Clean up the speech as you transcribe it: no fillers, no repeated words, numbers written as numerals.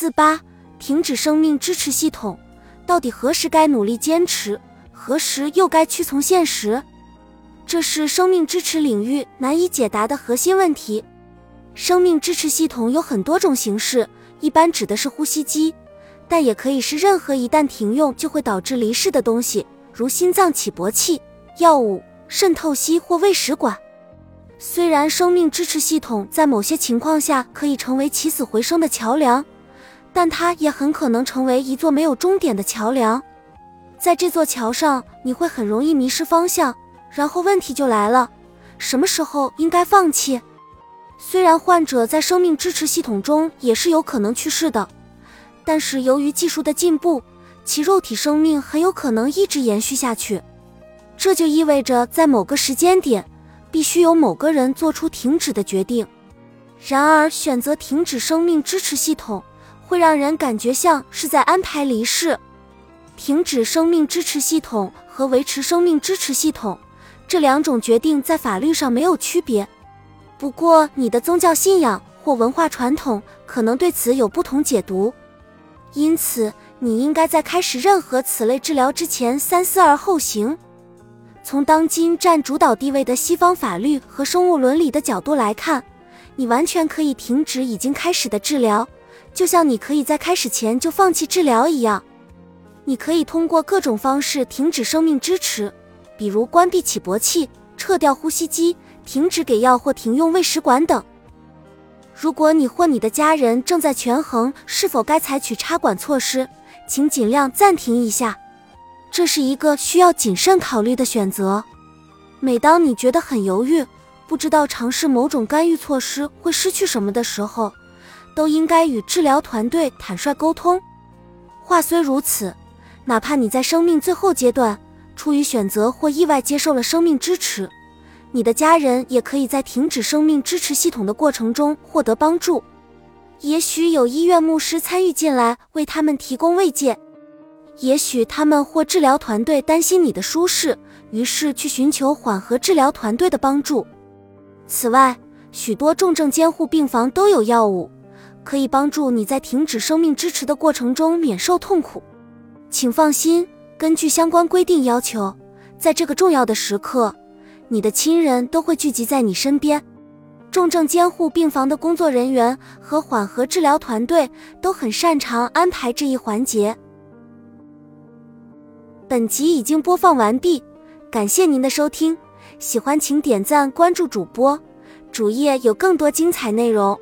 48停止生命支持系统，到底何时该努力坚持，何时又该屈从现实？这是生命支持领域难以解答的核心问题。生命支持系统有很多种形式，一般指的是呼吸机，但也可以是任何一旦停用就会导致离世的东西，如心脏起搏器、药物、渗透吸或喂食管。虽然生命支持系统在某些情况下可以成为起死回生的桥梁，但它也很可能成为一座没有终点的桥梁。在这座桥上，你会很容易迷失方向，然后问题就来了，什么时候应该放弃？虽然患者在生命支持系统中也是有可能去世的，但是由于技术的进步，其肉体生命很有可能一直延续下去。这就意味着在某个时间点，必须有某个人做出停止的决定。然而，选择停止生命支持系统，会让人感觉像是在安排离世。停止生命支持系统和维持生命支持系统，这两种决定在法律上没有区别。不过，你的宗教信仰或文化传统可能对此有不同解读。因此，你应该在开始任何此类治疗之前三思而后行。从当今占主导地位的西方法律和生物伦理的角度来看，你完全可以停止已经开始的治疗，就像你可以在开始前就放弃治疗一样。你可以通过各种方式停止生命支持，比如关闭起搏器、撤掉呼吸机、停止给药或停用喂食管等。如果你或你的家人正在权衡是否该采取插管措施，请尽量暂停一下。这是一个需要谨慎考虑的选择。每当你觉得很犹豫，不知道尝试某种干预措施会失去什么的时候，都应该与治疗团队坦率沟通。话虽如此，哪怕你在生命最后阶段，出于选择或意外接受了生命支持，你的家人也可以在停止生命支持系统的过程中获得帮助。也许有医院牧师参与进来，为他们提供慰藉。也许他们或治疗团队担心你的舒适，于是去寻求缓和治疗团队的帮助。此外，许多重症监护病房都有药物，可以帮助你在停止生命支持的过程中免受痛苦。请放心，根据相关规定要求，在这个重要的时刻，你的亲人都会聚集在你身边。重症监护病房的工作人员和缓和治疗团队都很擅长安排这一环节。本集已经播放完毕，感谢您的收听，喜欢请点赞关注主播，主页有更多精彩内容。